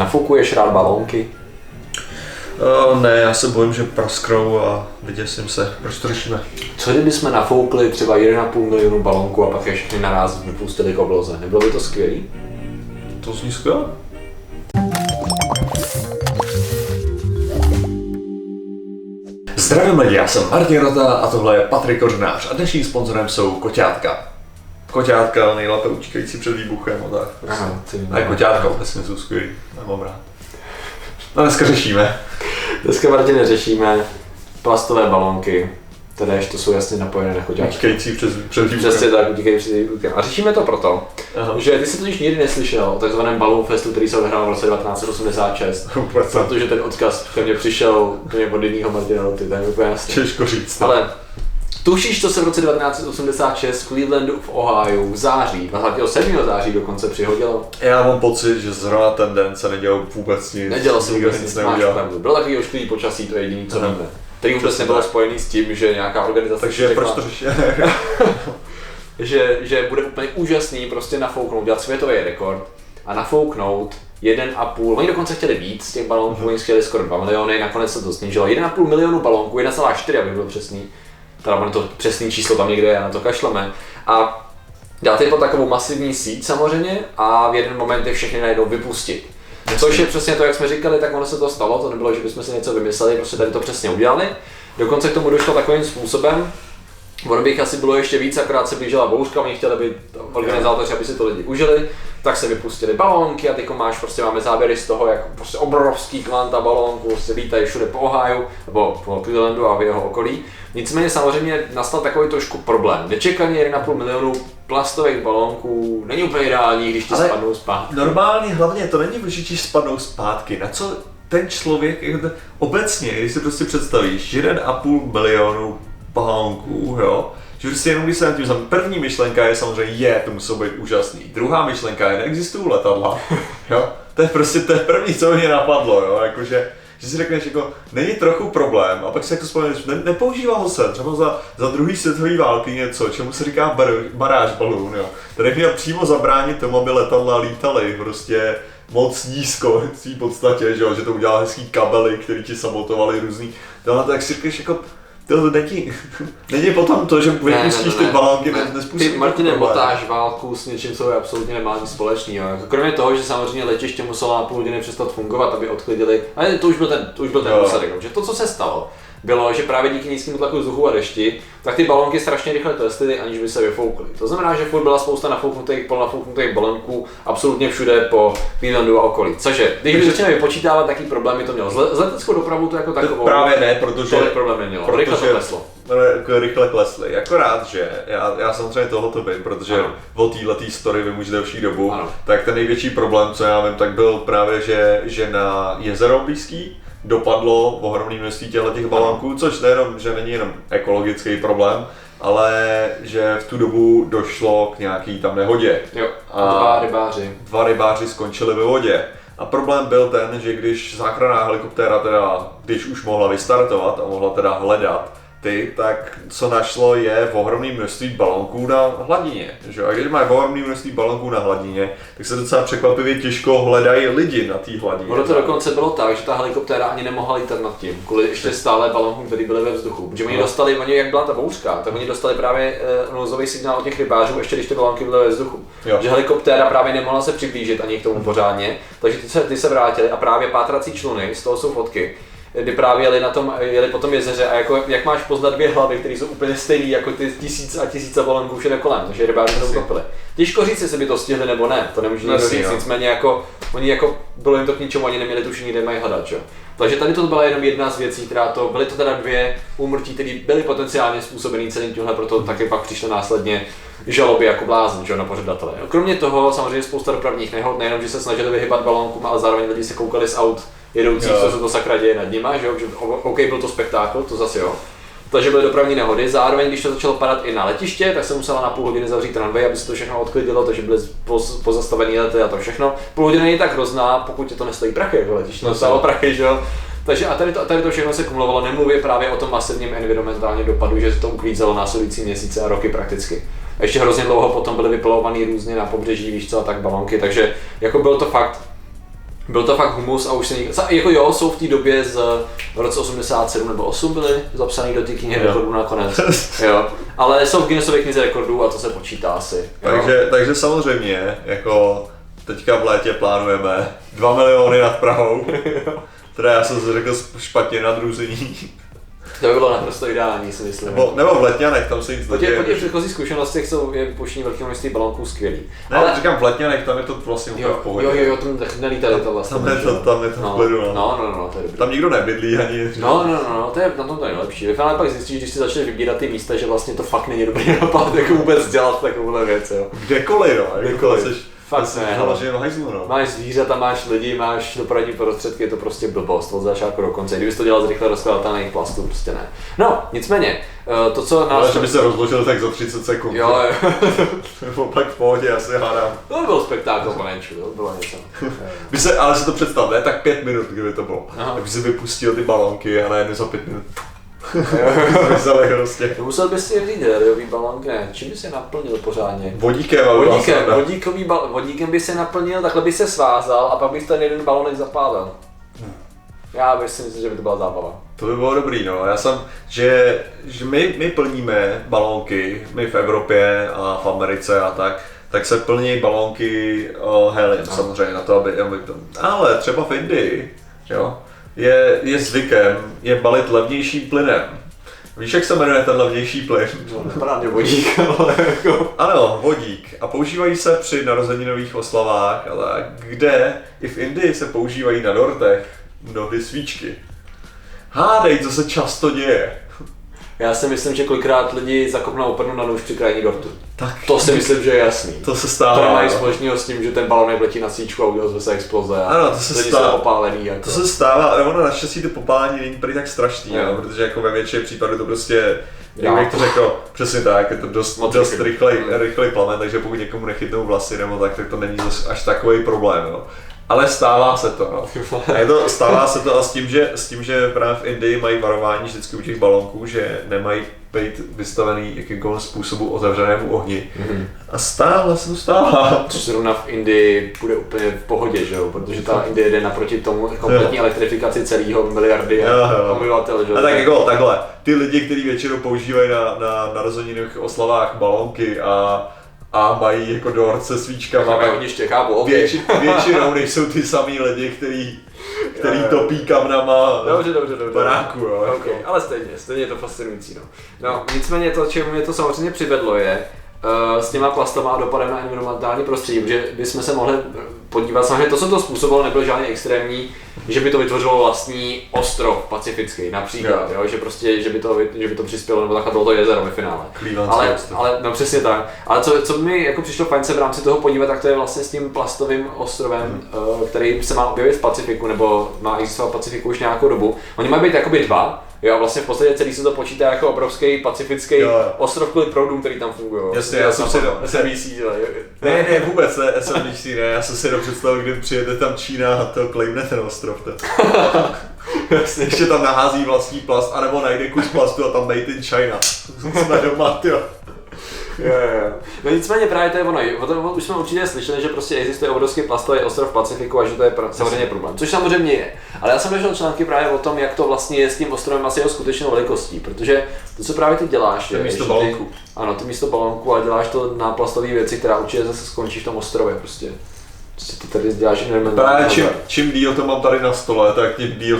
Nafukuješ rád balónky? Ne, já se bojím, že praskrou a vyděsím se. Proč to řešíme? Co kdyby jsme nafoukli třeba 1,5 milionu balónků a pak je všechny naraz vypustili k obloze? Nebylo by to skvělý? To zní skvěle. Zdravím lidi, já jsem Martin Rota a tohle je Patrik Kořenář a dnešním sponzorem jsou koťátka. Koťátka nejlépe utíkající před výbuchem a tak. Aha, a koťátka obecně jsou skvělý, já mám rád. No dneska řešíme. Dneska, Martine, řešíme plastové balónky, které to jsou jasně napojené na koťátka. Utíkající před výbuchem. Přesně tak, utíkající před výbuchem. A řešíme to proto, že ty jsi totiž nikdy neslyšel o takzvaném Balloon Festu, který se odehrál v roce 1986. Protože ten odkaz ke mně přišel úplně od jedného Martina Roty, to je úplně jasný. Těžko říct. Ale tušíš, co se v roce 1986 v Clevelandu v Ohio v září, 27. září dokonce přihodilo? Já mám pocit, že zrovna ten den se nedělal vůbec nic. Nedělal se vůbec nic, máš pravdu. Bylo takový ošklivý počasí, to je jediný, co víme. Který vůbec nebylo spojený s tím, že nějaká organizace... Takže proč to řešíme? že bude úplně úžasný prostě nafouknout, dělat světový rekord a nafouknout 1,5, oni dokonce chtěli víc těch balónků, oni chtěli skoro 2 miliony, nakonec se to snížilo. 1,5 milionu balónků, 1,4, aby byl přesný. Teda ono to přesný číslo tam někde je, na to kašleme. A dát je to takovou masivní síť samozřejmě a v jeden moment je všechny najednou vypustit. Což je přesně to, jak jsme říkali, tak ono se to stalo, to nebylo, že bychom si něco vymysleli, prostě tady to přesně udělali. Dokonce k tomu došlo takovým způsobem, ono bych asi bylo ještě víc, akorát se blížila bouřka, oni chtěli, aby organizátoři, aby si to lidi užili, tak se vypustili balónky a teď máme záběry z toho, jak prostě obrovský kvanta balónků prostě lítají všude po Ohio, nebo po Clevelandu a v jeho okolí. Nicméně samozřejmě nastal takový trošku problém. Nečekaně 1,5 milionu plastových balónků není úplně ideální, když ti spadnou zpátky. Normálně hlavně to není, že ti spadnou zpátky. Na co ten člověk, obecně, když si prostě představíš 1,5 milionu balónků, jo, že prostě jenom když se nad tím první myšlenka je samozřejmě, to musí být úžasný. Druhá myšlenka je, neexistují letadla, jo. To je první, co mě napadlo, jo, jakože že si řekneš, jako, není trochu problém a pak si jako vzpomeneš, nepoužívalo se třeba za druhý světové války něco, čemu se říká baráž balón, jo. Tady měl přímo zabránit tomu, aby letadla lítaly prostě moc nízko v svý podstatě, že to udělal hezký kabely, který ti sabotovaly různý. Tohle tak si říkáš, jako, to není potom to, že vypustíš ty balónky, nespůsobí. Ty, Martine, motáš válku s něčím, co je absolutně nemá nic společného. Kromě toho, že samozřejmě letiště muselo na půl hodiny přestat fungovat, aby odklidili, ale to už byl ten důsledek, že to, co se stalo, bylo, že právě díky nízkému tlaku vzduchu a dešti, tak ty balónky strašně rychle klesly, aniž by se vyfoukly. To znamená, že furt byla spousta polnafouknutých balónků absolutně všude po Clevelandu a okolí. Cože, když začneme vypočítávat, jaký problémy to mělo. S leteckou dopravou to jako takovou. Právě ne, protože problém nemělo. Rychle to kleslo. Rychle klesly. Akorát, že já samozřejmě tohoto vím, protože o této story vím už delší dobu, tak ten největší problém, co já vím, tak byl právě, že na jezero blízký dopadlo ohromné množství těch balónků, což nejenom, že není jenom ekologický problém, ale že v tu dobu došlo k nějaký tam nehodě. Jo, a dva rybáři skončili ve vodě. A problém byl ten, že když záchranná helikoptéra teda, když už mohla vystartovat a mohla teda hledat tak co našlo je ohromné množství balónků na hladině. Že? A když mají ohromné množství balónků na hladině, tak se docela překvapivě těžko hledají lidi na té hladině. Ono to dokonce bylo tak, že ta helikoptéra ani nemohla lítat nad tím, kvůli ještě stále balónkům, které byly ve vzduchu. Protože oni jak byla ta bouřka, tak oni dostali právě nouzový signál od těch rybářů, ještě když ty balónky byly ve vzduchu. Jo. Že helikoptéra právě nemohla se přiblížit ani k tomu pořádně, takže ty se vrátili a právě pátrací čluny, z toho jsou fotky, kdy právě jeli po tom jezeře a jako, jak máš poznat dvě hlavy, které jsou úplně stejné jako ty tisíce balónků všude kolem, takže rybáři to utopili. Těžko říct, jestli by to stihli nebo ne, to nemůžu nikdo říct, nicméně jako, oni jako, bylo jim to k ničemu, ani neměli tušení, kde mají hledat, čo? Takže tady to byla jenom jedna z věcí, byly to teda 2 úmrtí, které byly potenciálně způsobený celým tímhle, proto taky pak přišlo následně žaloby jako blázen, že, na pořadatele. Kromě toho samozřejmě spousta dopravních nehod, nejenom, že se snažili vyhybat balónkům, ale zároveň lidi se koukali z aut jedoucích, co se to sakra děje nad nima, že OK, byl to spektákl, to zase jo. Takže byly dopravní nehody, zároveň když to začalo padat i na letiště, tak se musela na půl hodiny zavřít runway, aby se to všechno odklidilo, takže byly pozastavený lety a to všechno. Půl hodiny je tak hrozná, pokud tě to nestojí prachy, jako letiště, to stálo prachy, že jo. Takže a tady to všechno se kumulovalo, nemluvě právě o tom masivním environmentálním dopadu, že se to uklízelo následující měsíce a roky prakticky. A ještě hrozně dlouho potom byly vyplavovaný různě na pobřeží, víš co, a tak balonky, takže jako byl to fakt Byl to fakt humus a už se jako jo, jsou v té době v roce 87 nebo 8 byly zapsaný do té knihy rekordů nakonec, jo. Ale jsou v Guinnessově knize rekordů a to se počítá asi. Takže samozřejmě, jako teďka v létě plánujeme 2 miliony nad Prahou, teda já jsem si řekl špatně nadruzení. To by bylo naprosto ideální, si myslím. Nebo v Letňanech, tam se nic neděje. Po těch předchozích zkušenostech jsou vypuštění velkého množství balónků skvělý. Ne, ale říkám v Letňanech, tam je to vlastně úplně v pohodě. Jo, tam nelítali to vlastně. Tam je to v klidu, no, to je dobrý. Tam nikdo nebydlí ani. No, to je na tom to nejlepší. Vy pak zjistíš, když si začneš vybírat ty místa, že vlastně to fakt není dobrý nápad, jako vůbec dělat takovouhle věc, jo. Kdekoliv, Fakt ne, no. Máš zvířata, máš lidi, máš dopravní prostředky, je to prostě blbost od začátku do konce. Kdybys to dělal z rychle rozkladatelných plastů, prostě ne. No, nicméně, to co nás... Ale že by se rozložil tak za 30 sekund. Jo. Nebo pak v pohodě, já si hádám. To by byl spektákl panenčů, to bylo něco. Ale si to představ, ne tak 5 minut, kdyby to bylo. Tak si vypustil ty balónky a najednou za 5 minut. To musel bys si vzít heliový balónky, ne? Čím by se naplnil pořádně? Vodíkem by se naplnil, takhle by se svázal a pak bys ten jeden balónek zapálil. Já bych si myslel, že by to byla zábava. To by bylo dobrý, no. Že my plníme balónky, my v Evropě a v Americe a tak se plní balónky heliem samozřejmě na to, aby to... Ale třeba v Indii, jo, je zvykem je balit levnějším plynem. Víš, jak se jmenuje ten levnější plyn? No, nepadá mě vodík, ale jako... Ano, vodík. A používají se při narozeninových oslavách, ale kde i v Indii se používají na dortech mnohdy svíčky. Hádej, co se často děje. Já si myslím, že kolikrát lidi zakopnou oprnu na nůž při krajní dortu. Tak, to si myslím, že je jasný. To se stává. To nemají společného s tím, že ten balonek letí na svíčku a udělá se exploze. Ano, to se stává. Popálený, jako. To se stává, ale ono naštěstí to popálení není prý tak strašný, no, protože jako ve většině případů to prostě, jak bych to řekl, přesně tak, je to dost rychlej plamen, takže pokud někomu nechytnou vlasy nebo tak to není až takový problém, jo. Ale stává se to, no. Stává se to a s tím, že právě v Indii mají varování vždycky u těch balónků, že nemají být vystavený jakýmkoliv způsobu otevřenému ohni. A stále se to stává. Což zrovna v Indii bude úplně v pohodě, že jo? Protože ta Indie jde naproti tomu kompletní elektrifikaci celého miliardy obyvatel, že jo? A tak jako takhle, ty lidi, kteří většinou používají na narozeninových oslavách balónky a mají jako dort se svíčkama. Většinou nejsou ty samý lidi, který topí kamnama v baráku, jo. Okay. Ale stejně je to fascinující, no. No, nicméně to, čemu mě to samozřejmě přivedlo je, s těma plastama a dopadem na environmentální prostředí, protože bychom se mohli podívat, samozřejmě to, co to způsobilo, nebyl žádný extrémní, že by to vytvořilo vlastní ostrov pacifický například, jo, že prostě, že by to přispělo, nebo takhle bylo to jezero ve finále. Ale no přesně tak. Ale co mi jako přišlo fajn se v rámci toho podívat, tak to je vlastně s tím plastovým ostrovem, který se má objevit v Pacifiku, nebo má existovat v Pacifiku už nějakou dobu. Oni mají být jakoby dva. Jo, a vlastně v podstatě celý se to počítá jako obrovský pacifický ostrov kvůli proudům, který tam fungují. Jasně, já jsem si SMBC, Ne, vůbec ne, SMBC ne, já jsem si představil, kdy přijede tam Čína a to claimne ten ostrov. Ještě tam nahází vlastní plast, anebo najde kus plastu a tam made in China. Jsme doma, tyjo. No nicméně právě to je ono, už jsme určitě slyšeli, že prostě existuje obrovský plastový ostrov v Pacifiku a že to je samozřejmě problém, což samozřejmě je. Ale já jsem našel články právě o tom, jak to vlastně je s tím ostrovem asi jeho skutečnou velikostí, protože to, co právě ty děláš, je místo balónku. Ano, to místo balónku, ale děláš to na plastové věci, která určitě zase skončí v tom ostrově prostě. To tady děláš právě čím díl to mám tady na stole, tak tím díl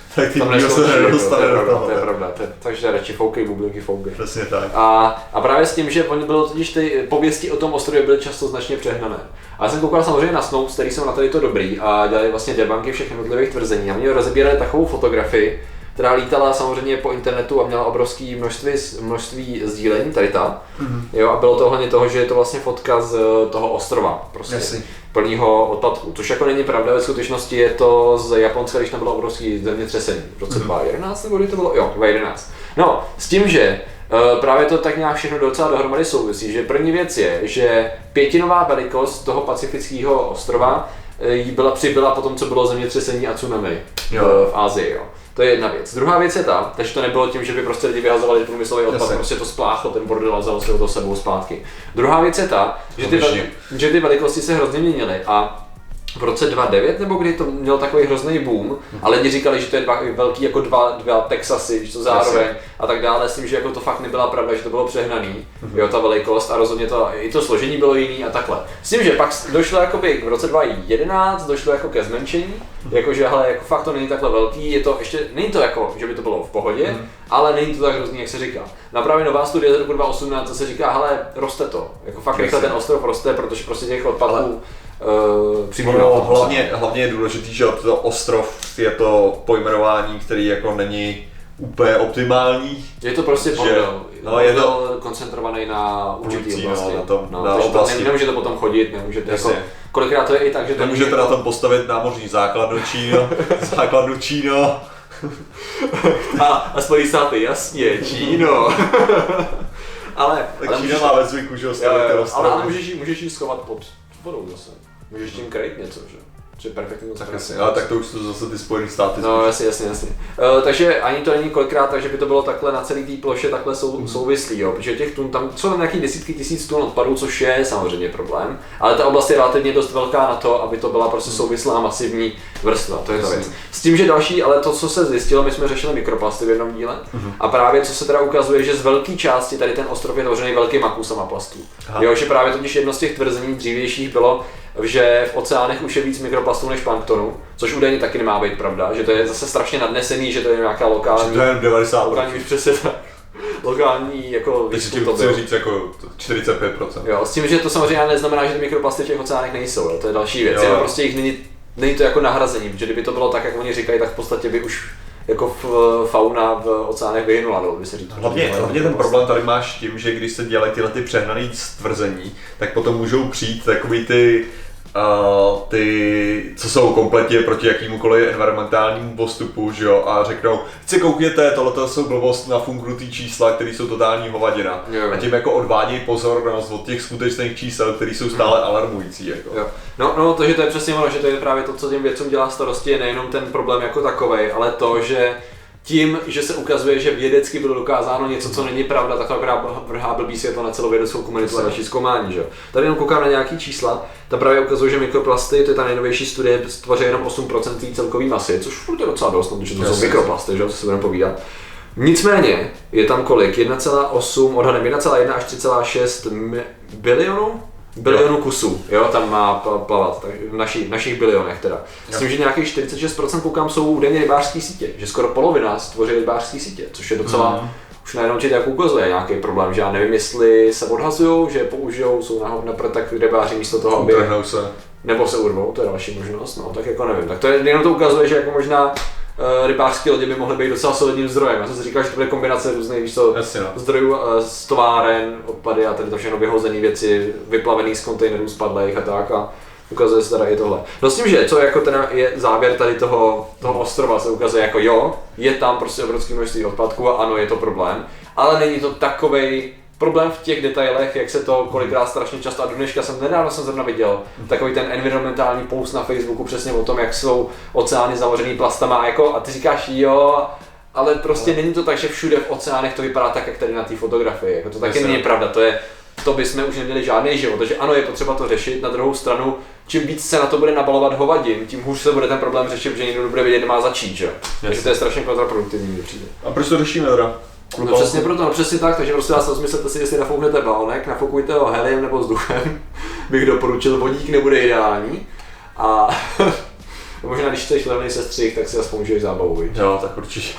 se nedostane do toho. To je pravda, takže radši foukej, bublinky foukej. Přesně tak. A právě s tím, že bylo totiž ty pověsti o tom ostrově byly často značně přehnané. A já jsem koukal samozřejmě na Snopes, který jsou na tady to dobrý a dělali vlastně debunky všech jednotlivých tvrzení. A mě rozebírali takovou fotografii, která lítala samozřejmě po internetu a měla obrovské množství sdílení, tady ta. Jo, a bylo to ohledně toho, že je to vlastně fotka z toho ostrova, prostě plného odpadku, což jako není pravda, ve skutečnosti je to z Japonska, když tam bylo obrovský zemětřesení v roce 2011, nebo kdy to bylo? Jo, 2011. No, s tím, že právě to tak nějak všechno docela dohromady souvisí, že první věc je, že pětinová velikost toho pacifického ostrova přibyla po tom, co bylo zemětřesení a tsunami v Asii. Jo. To je jedna věc. Druhá věc je ta, takže to nebylo tím, že by prostě lidi vyhazovali průmyslový odpad, prostě to spláchlo ten bordel a vzalo se to sebou zpátky. Druhá věc je ta, že ty velikosti se hrozně měnily a v roce 2009, nebo kdy to mělo takový hrozný boom, ale lidi říkali, že to je velký jako dva Texasy, že to zároveň a tak dále, s tím, že jako to fakt nebyla pravda, že to bylo přehnaný, jo, ta velikost a rozhodně i to složení bylo jiný a takhle. S tím, že pak došlo jakoby v roce 2011, došlo jako ke zmenšení, jakože hele, jako fakt to není takhle velký, je to ještě, není to jako, že by to bylo v pohodě, ale není to tak hrozný, jak se říká. Na právě nová studie z roku 2018 se říká, hele, roste to, jako fakt rychle ten ostrov roste, protože prostě těch odpadků hlavně je důležitý, že to ostrov je to pojmenování, který jako není úplně optimální. Je to prostě bordel. Je to koncentrovaný na určitý oblasti. Na oblasti. Nemůžete potom chodit, nemůžete jako, kolikrát to je i tak, že to nemůžete na tom postavit námořní základnu Číno. A Spojené státy, jasně, Číno. ale Čína má ve zvyku, že ale můžeš jí schovat pod vodou zase. Můžeš tím krejt něco, že? Což je perfektní moc. Ale tak to už jsou zase ty Spojené státy. No jasně. Takže ani to není kolikrát, takže by to bylo takhle na celý té ploše takhle souvislý, jo? Protože těch tun, tam jsou nějaký desítky tisíc tun odpadů, což je samozřejmě problém, ale ta oblast je relativně dost velká na to, aby to byla prostě souvislá masivní vrstva, to je ta věc. S tím, že další, ale to, co se zjistilo, my jsme řešili mikroplasty v jednom díle a právě co se teda ukazuje, že z velké části tady ten ostrov je tvořený velkýma kusama plastů. Jo, že právě totiž jedno z těch tvrzení dřívějších bylo, že v oceánech už je víc mikroplastů než planktonu, což údajně taky nemá být pravda, že to je zase strašně nadnesený, že to je nějaká lokální... Že to je 90%. Lokální, přesně tak. Lokální jako výzkum to byl. Říct jako 45%. Jo, s tím, že to samozřejmě neznamená, že ty mikroplasty v těch oceánech nejsou, jo, to je další věc, jo. Prostě jich není to jako nahrazení, protože kdyby to bylo tak, jak oni říkají, tak v podstatě by už jako fauna v oceánech vyhynula, by se říct. Hlavně ten problém tady máš tím, že když se dělají tyhle ty přehnané stvrzení, tak potom můžou přijít takový ty, co jsou kompletně proti jakýmukoliv environmentálnímu postupu, že jo, a řeknou, si koukněte, tohle jsou blbost na funkrutý čísla, které jsou totální hovadina. Jo. A tím jako odvádějí pozornost od těch skutečných čísel, které jsou stále alarmující. Jako. Jo. No, takže to je přesně ono, že to je právě to, co těm vědcům dělá starosti, je nejenom ten problém jako takovej, ale to, že tím, že se ukazuje, že vědecky bylo dokázáno něco, co není pravda, tak to akorát vrhá blbý světlo na celou vědeckou komunitu a další zkoumání, že jo. Tady jenom koukám na nějaký čísla, ta právě ukazuje, že mikroplasty, to je ta nejnovější studie, tvoří jenom 8% celkové masy, což furt je docela dost, protože to jsou mikroplasty, že jo, co se budeme povídat. Nicméně je tam kolik? 1,8, odhadem 1,1 až 3,6 bilionů kusů, jo, tam má plavat, v našich bilionech teda. S tím, že nějakých 46% koukám jsou údajně rybářské sítě, že skoro polovina tvoří rybářské sítě, což je docela, už najednou ti tak ukazuje nějaký problém, že já nevím, jestli se odhazujou, že je použijou, jsou na tak rybáři místo toho, aby nebo se urvou, to je další možnost, no tak jako nevím, tak to je, jenom to ukazuje, že jako možná rybářské lodě by mohly být docela solidním zdrojem. Já jsem si říkal, že to bude kombinace různých zdrojů z továren, odpady a tady to všechno vyhozené věci, vyplavený z kontejnerů spadlých a tak a ukazuje se teda i tohle. No s tím, že co jako teda je závěr tady toho ostrova, se ukazuje jako jo, je tam prostě obrovské množství odpadků a ano, je to problém, ale není to takovej problém v těch detailech, jak se to kolikrát strašně často, a do dneška nedávno jsem zrovna viděl takový ten environmentální post na Facebooku přesně o tom, jak jsou oceány zamořený plastama a ty říkáš jo, ale prostě není to tak, že všude v oceánech to vypadá tak, jak tady na té fotografii, jako to taky není pravda, to bychom už neměli žádný život, takže ano, je potřeba to řešit, na druhou stranu, čím víc se na to bude nabalovat hovadin, tím hůř se bude ten problém řešit, protože někdo bude vědět, kde má začít, že? Takže to je strašně kontraproduktivní přijde. A proč to řešíme teda? No přesně proto, no přesně tak, takže prostě vás rozmyslete si, jestli nafouknete balonek, nafokujte ho heliem nebo vzduchem, bych doporučil, vodík nebude ideální a možná když chceš levný sestřih, tak si aspoň užiješ zábavu, viď? Jo, tak určitě.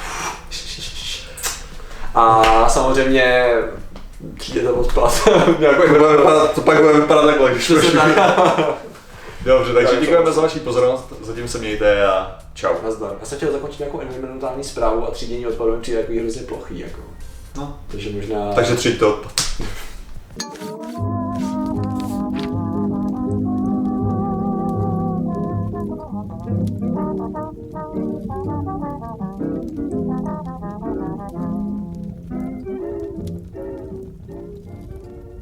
A samozřejmě přijdete odpad. To pak bude vypadat takhle, když to Dobře, takže děkujeme za vaši pozornost, zatím se mějte a čau. Nazdar. Já jsem chtěl zakončit nějakou environmentální zprávu a třídění odpadů mi přijde takový hrozně plochý, jako. No. Takže možná... Takže třiďte odpad.